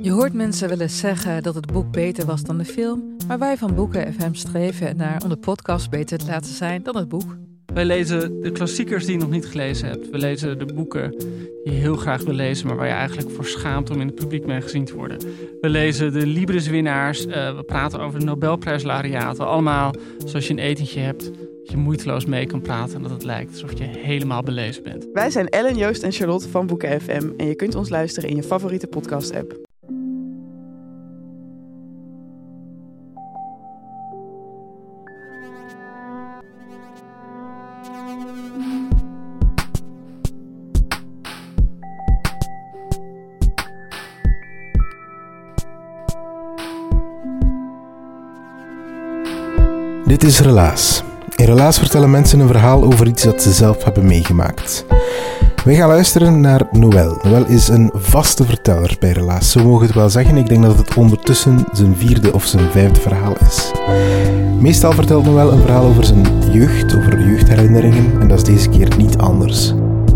Je hoort mensen wel eens zeggen dat het boek beter was dan de film, maar wij van Boeken FM streven ernaar om de podcast beter te laten zijn dan het boek. Wij lezen de klassiekers die je nog niet gelezen hebt. We lezen de boeken die je heel graag wil lezen, maar waar je eigenlijk voor schaamt om in het publiek mee gezien te worden. We lezen de Libris-winnaars. We praten over de Nobelprijslaureaten. Allemaal zoals je een etentje hebt, dat je moeiteloos mee kan praten en dat het lijkt alsof je helemaal belezen bent. Wij zijn Ellen, Joost en Charlotte van Boeken FM en je kunt ons luisteren in je favoriete podcast-app. Dit is Relaas. In Relaas vertellen mensen een verhaal over iets dat ze zelf hebben meegemaakt. Wij gaan luisteren naar Noël. Noël is een vaste verteller bij Relaas. Zo mogen we het wel zeggen. Ik denk dat het ondertussen zijn 4e of zijn 5e verhaal is. Meestal vertelt Noël een verhaal over zijn jeugd, over jeugdherinneringen. En dat is deze keer niet anders.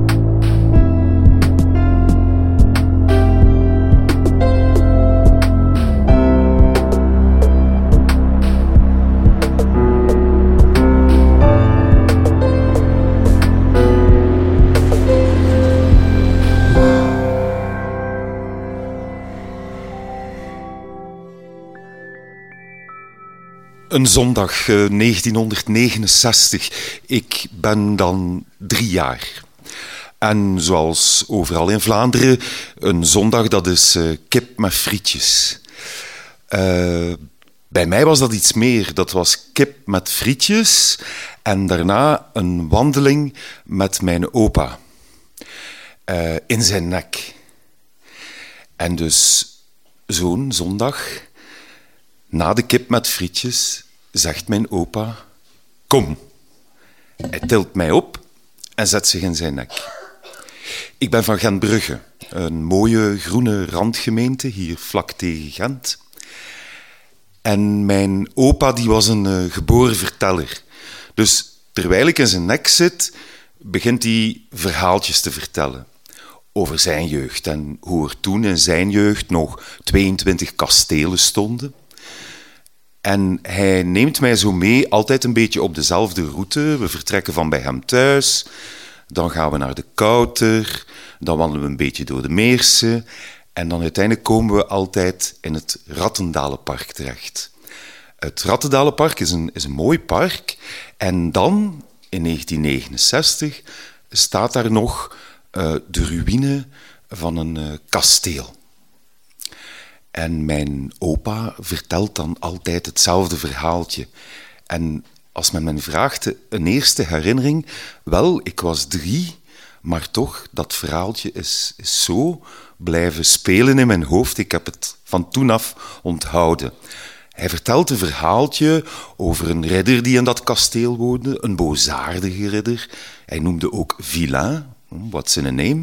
Een zondag, 1969. Ik ben dan 3 jaar. En zoals overal in Vlaanderen, een zondag dat is kip met frietjes. Bij mij was dat iets meer. Dat was kip met frietjes en daarna een wandeling met mijn opa. In zijn nek. En dus zo'n zondag, na de kip met frietjes, zegt mijn opa, kom. Hij tilt mij op en zet zich in zijn nek. Ik ben van Gentbrugge, een mooie groene randgemeente, hier vlak tegen Gent. En mijn opa die was een geboren verteller. Dus terwijl ik in zijn nek zit, begint hij verhaaltjes te vertellen. Over zijn jeugd en hoe er toen in zijn jeugd nog 22 kastelen stonden. En hij neemt mij zo mee, altijd een beetje op dezelfde route. We vertrekken van bij hem thuis, dan gaan we naar de Kouter, dan wandelen we een beetje door de Meerse en dan uiteindelijk komen we altijd in het Rattendalenpark terecht. Het Rattendalenpark is een mooi park en dan, in 1969, staat daar nog de ruïne van een kasteel. En mijn opa vertelt dan altijd hetzelfde verhaaltje. En als men me vraagt, een eerste herinnering, wel, ik was 3, maar toch, dat verhaaltje is zo blijven spelen in mijn hoofd. Ik heb het van toen af onthouden. Hij vertelt een verhaaltje over een ridder die in dat kasteel woonde, een boosaardige ridder. Hij noemde ook Vilain, what's in a name.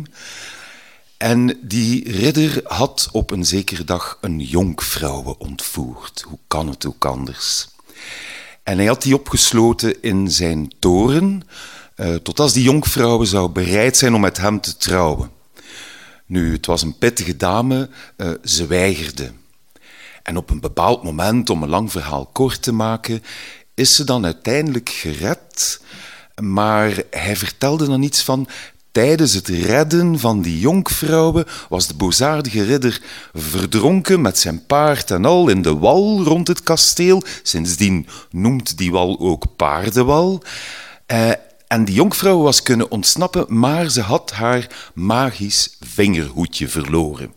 En die ridder had op een zekere dag een jonkvrouwe ontvoerd. Hoe kan het ook anders? En hij had die opgesloten in zijn toren, tot als die jonkvrouwe zou bereid zijn om met hem te trouwen. Nu, het was een pittige dame, ze weigerde. En op een bepaald moment, om een lang verhaal kort te maken, is ze dan uiteindelijk gered. Maar hij vertelde dan iets van: tijdens het redden van die jonkvrouwen was de boosaardige ridder verdronken met zijn paard en al in de wal rond het kasteel. Sindsdien noemt die wal ook Paardenwal. En die jonkvrouw was kunnen ontsnappen, maar ze had haar magisch vingerhoedje verloren.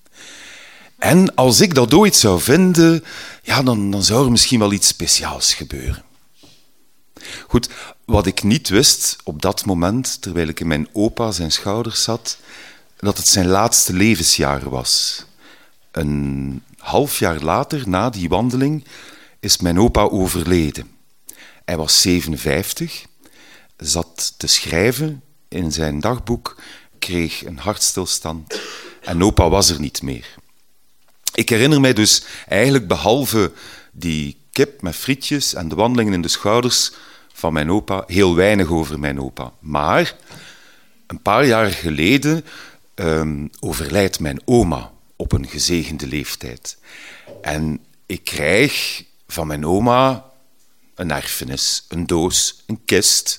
En als ik dat ooit zou vinden, ja, dan zou er misschien wel iets speciaals gebeuren. Goed, wat ik niet wist op dat moment, terwijl ik in mijn opa zijn schouders zat, dat het zijn laatste levensjaar was. Een half jaar later, na die wandeling, is mijn opa overleden. Hij was 57, zat te schrijven in zijn dagboek, kreeg een hartstilstand en opa was er niet meer. Ik herinner mij dus eigenlijk behalve die kip met frietjes en de wandelingen in de schouders van mijn opa heel weinig over mijn opa. Maar een paar jaar geleden overlijdt mijn oma op een gezegende leeftijd. En ik krijg van mijn oma een erfenis, een doos, een kist.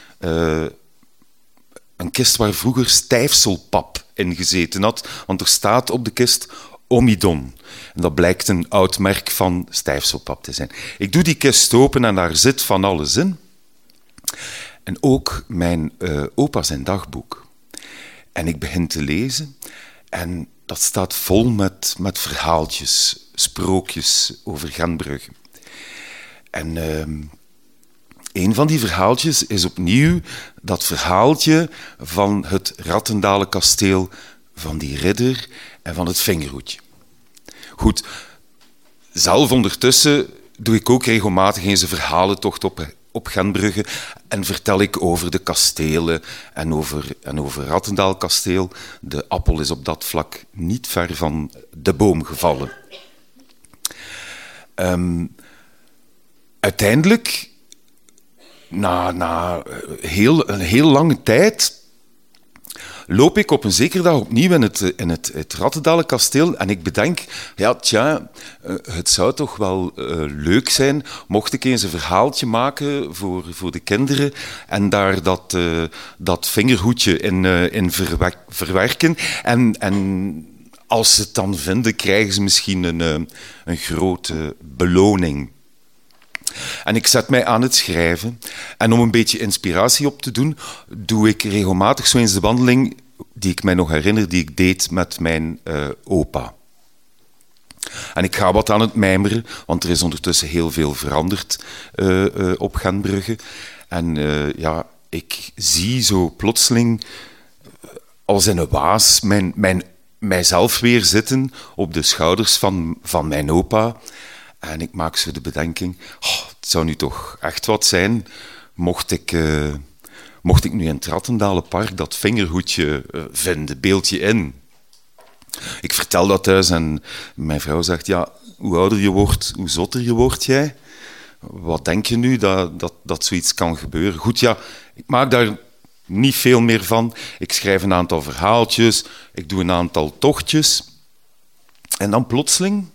Een kist waar vroeger stijfselpap in gezeten had, want er staat op de kist Omidon. En dat blijkt een oud merk van stijfselpap te zijn. Ik doe die kist open en daar zit van alles in. En ook mijn opa zijn dagboek. En ik begin te lezen en dat staat vol met verhaaltjes, sprookjes over Gentbrugge. En een van die verhaaltjes is opnieuw dat verhaaltje van het Rattendale kasteel, van die ridder en van het vingerhoedje. Goed, zelf ondertussen doe ik ook regelmatig eens een verhalentocht op Gentbrugge en vertel ik over de kastelen en over Rattendaal kasteel. De appel is op dat vlak niet ver van de boom gevallen. Uiteindelijk, na een heel lange tijd, loop ik op een zekere dag opnieuw in het Rattendale kasteel en ik bedenk, het zou toch wel leuk zijn mocht ik eens een verhaaltje maken voor de kinderen en daar dat vingerhoedje in verwerken. En als ze het dan vinden, krijgen ze misschien een grote beloning. En ik zet mij aan het schrijven. En om een beetje inspiratie op te doen, doe ik regelmatig zo eens de wandeling die ik mij nog herinner, die ik deed met mijn opa. En ik ga wat aan het mijmeren, want er is ondertussen heel veel veranderd op Gentbrugge. En ik zie zo plotseling, als in een waas, mijzelf weer zitten op de schouders van mijn opa. En ik maak zo de bedenking, het zou nu toch echt wat zijn mocht ik nu in het Rattendale park dat vingerhoedje vinden, beeld je in. Ik vertel dat thuis en mijn vrouw zegt, hoe ouder je wordt, hoe zotter je wordt jij. Wat denk je nu dat zoiets kan gebeuren? Goed, ik maak daar niet veel meer van. Ik schrijf een aantal verhaaltjes, ik doe een aantal tochtjes. En dan plotseling,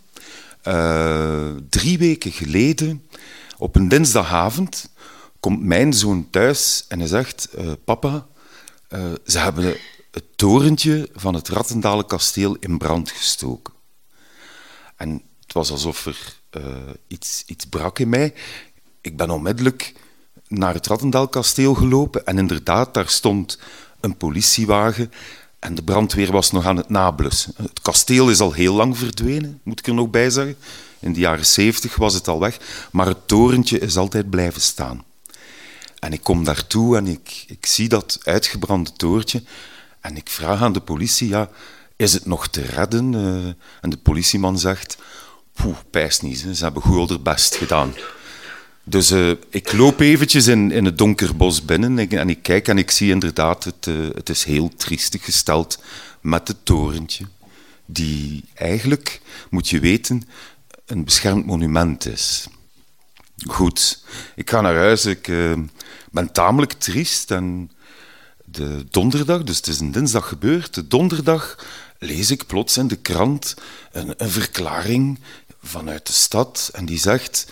3 weken geleden, op een dinsdagavond, komt mijn zoon thuis en hij zegt, papa, ze hebben het torentje van het Rattendale kasteel in brand gestoken. En het was alsof er iets brak in mij. Ik ben onmiddellijk naar het Rattendale kasteel gelopen en inderdaad, daar stond een politiewagen en de brandweer was nog aan het nablussen. Het kasteel is al heel lang verdwenen, moet ik er nog bij zeggen. In de jaren 70 was het al weg, maar het torentje is altijd blijven staan. En ik kom daartoe en ik zie dat uitgebrande torentje en ik vraag aan de politie, is het nog te redden? En de politieman zegt, pijs niet, ze hebben goed hun best gedaan. Dus ik loop eventjes in het donker bos binnen en ik kijk en ik zie inderdaad, het is heel triestig gesteld met het torentje, die eigenlijk, moet je weten, een beschermd monument is. Goed, ik ga naar huis, ik ben tamelijk triest en de donderdag, dus het is een dinsdag gebeurd, de donderdag lees ik plots in de krant een verklaring vanuit de stad en die zegt,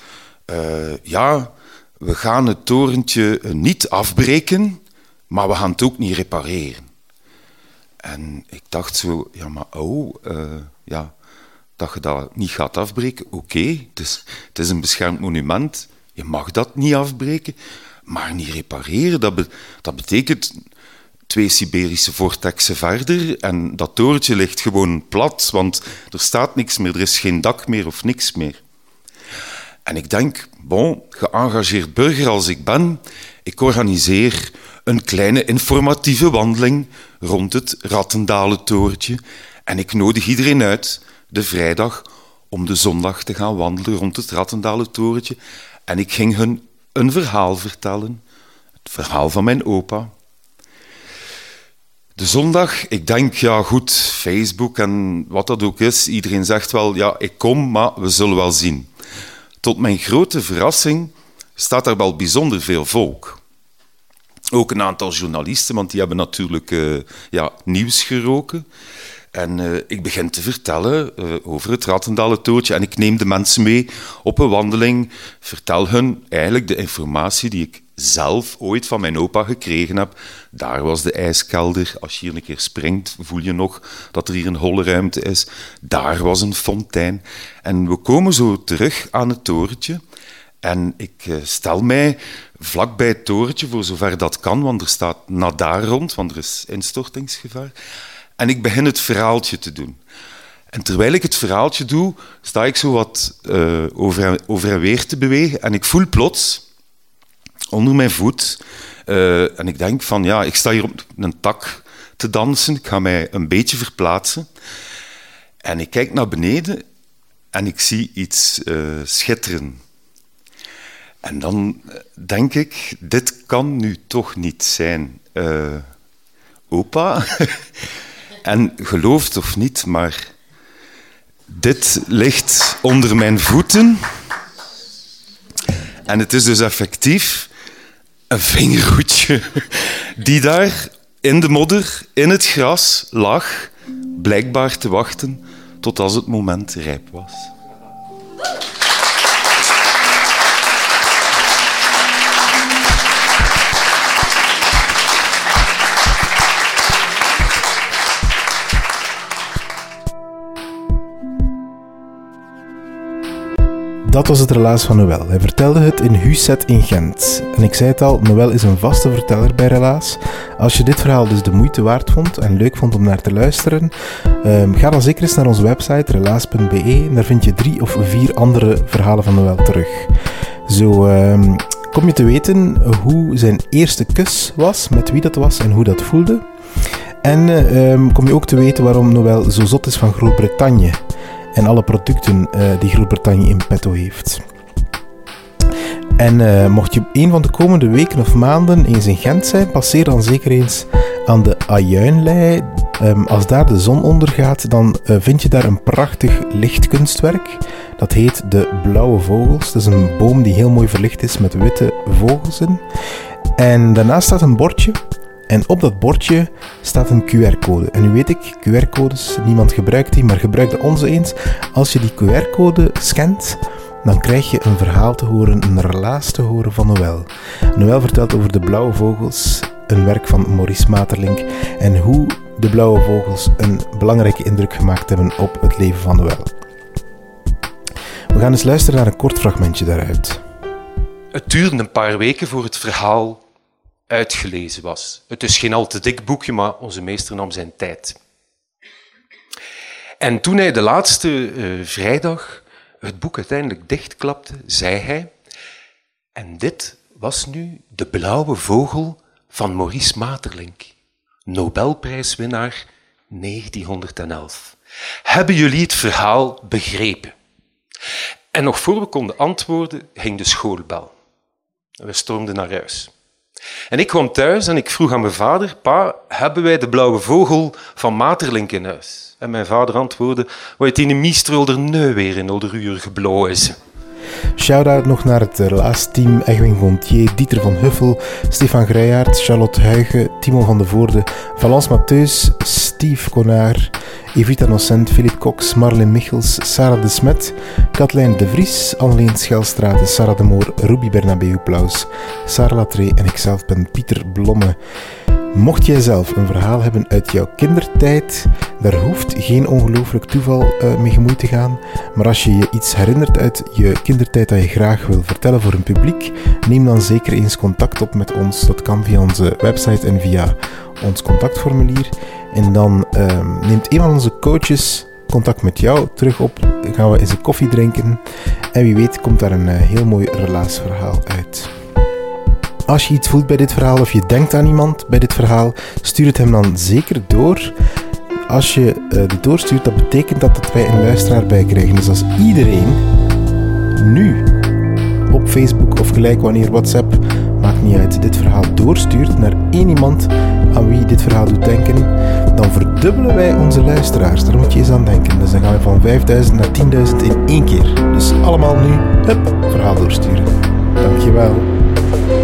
we gaan het torentje niet afbreken, maar we gaan het ook niet repareren. En ik dacht zo, dat je dat niet gaat afbreken, oké, dus het is een beschermd monument, je mag dat niet afbreken, maar niet repareren, dat betekent 2 Siberische vortexen verder en dat torentje ligt gewoon plat, want er staat niks meer, er is geen dak meer of niks meer. En ik denk, geëngageerd burger als ik ben, ik organiseer een kleine informatieve wandeling rond het Rattendale torentje en ik nodig iedereen uit, de vrijdag, om de zondag te gaan wandelen rond het Rattendale torentje. En ik ging hun een verhaal vertellen, het verhaal van mijn opa. De zondag, ik denk, Facebook en wat dat ook is, iedereen zegt wel, ik kom, maar we zullen wel zien. Tot mijn grote verrassing staat er wel bijzonder veel volk. Ook een aantal journalisten, want die hebben natuurlijk nieuws geroken. En ik begin te vertellen over het Rattendalentoortje en ik neem de mensen mee op een wandeling, vertel hun eigenlijk de informatie die ik zelf ooit van mijn opa gekregen heb. Daar was de ijskelder. Als je hier een keer springt, voel je nog dat er hier een holle ruimte is. Daar was een fontein. En we komen zo terug aan het torentje. En ik stel mij vlakbij het torentje, voor zover dat kan, want er staat nadar rond, want er is instortingsgevaar. En ik begin het verhaaltje te doen. En terwijl ik het verhaaltje doe, sta ik zo wat over en weer te bewegen. En ik voel plots onder mijn voet, en ik denk van ja, ik sta hier op een tak te dansen, ik ga mij een beetje verplaatsen. En ik kijk naar beneden en ik zie iets schitteren. En dan denk ik, dit kan nu toch niet zijn opa. En geloof het of niet, maar dit ligt onder mijn voeten. En het is dus effectief een vingerhoedje die daar in de modder, in het gras lag, blijkbaar te wachten tot als het moment rijp was. Dat was het relaas van Noël. Hij vertelde het in Huset in Gent. En ik zei het al, Noël is een vaste verteller bij Relaas. Als je dit verhaal dus de moeite waard vond en leuk vond om naar te luisteren, ga dan zeker eens naar onze website relaas.be en daar vind je 3 of 4 andere verhalen van Noël terug. Zo kom je te weten hoe zijn eerste kus was, met wie dat was en hoe dat voelde. En kom je ook te weten waarom Noël zo zot is van Groot-Brittannië en alle producten die Groot-Brittannië in petto heeft. En mocht je een van de komende weken of maanden eens in Gent zijn, passeer dan zeker eens aan de Ajuinlei. Als daar de zon ondergaat, dan vind je daar een prachtig lichtkunstwerk. Dat heet de Blauwe Vogels. Dat is een boom die heel mooi verlicht is met witte vogels in. En daarnaast staat een bordje. En op dat bordje staat een QR-code. En nu weet ik, QR-codes, niemand gebruikt die, maar gebruik de onze eens. Als je die QR-code scant, dan krijg je een verhaal te horen, een relaas te horen van Noël. Noël vertelt over de Blauwe Vogels, een werk van Maurice Maeterlinck, en hoe de Blauwe Vogels een belangrijke indruk gemaakt hebben op het leven van Noël. We gaan eens luisteren naar een kort fragmentje daaruit. Het duurde een paar weken voor het verhaal uitgelezen was. Het is geen al te dik boekje, maar onze meester nam zijn tijd. En toen hij de laatste vrijdag het boek uiteindelijk dichtklapte, zei hij: en dit was nu de Blauwe Vogel van Maurice Maeterlinck, Nobelprijswinnaar 1911. Hebben jullie het verhaal begrepen? En nog voor we konden antwoorden, ging de schoolbel. We stormden naar huis. En ik kwam thuis en ik vroeg aan mijn vader: pa, hebben wij de Blauwe Vogel van Maeterlinck in huis? En mijn vader antwoordde: wat het in een miestrul er nu weer in al de uur geblozen is. Shout-out nog naar het relaasteam: Egwin Gontier, Dieter van Huffel, Stefan Greijaert, Charlotte Huyge, Timo van de Voorde, Valence Mattheus, Steve Konaar, Evita Nocent, Philippe Cox, Marlin Michels, Sarah de Smet, Katlijn de Vries, Anneleen Schelstraat, Sarah de Moor, Ruby Bernabeu Plaus, Sarah Latree en ikzelf ben Pieter Blomme. Mocht jij zelf een verhaal hebben uit jouw kindertijd, daar hoeft geen ongelooflijk toeval mee gemoeid te gaan. Maar als je je iets herinnert uit je kindertijd dat je graag wil vertellen voor een publiek, neem dan zeker eens contact op met ons. Dat kan via onze website en via ons contactformulier. En dan neemt een van onze coaches contact met jou terug op. Dan gaan we eens een koffie drinken. En wie weet komt daar een heel mooi relaasverhaal uit. Als je iets voelt bij dit verhaal of je denkt aan iemand bij dit verhaal, stuur het hem dan zeker door. Als je dit doorstuurt, dat betekent dat wij een luisteraar bij krijgen. Dus als iedereen nu op Facebook of gelijk wanneer WhatsApp, maakt niet uit, dit verhaal doorstuurt naar één iemand aan wie dit verhaal doet denken, dan verdubbelen wij onze luisteraars. Daar moet je eens aan denken. Dus dan gaan we van 5.000 naar 10.000 in één keer. Dus allemaal nu, hup, verhaal doorsturen. Dankjewel.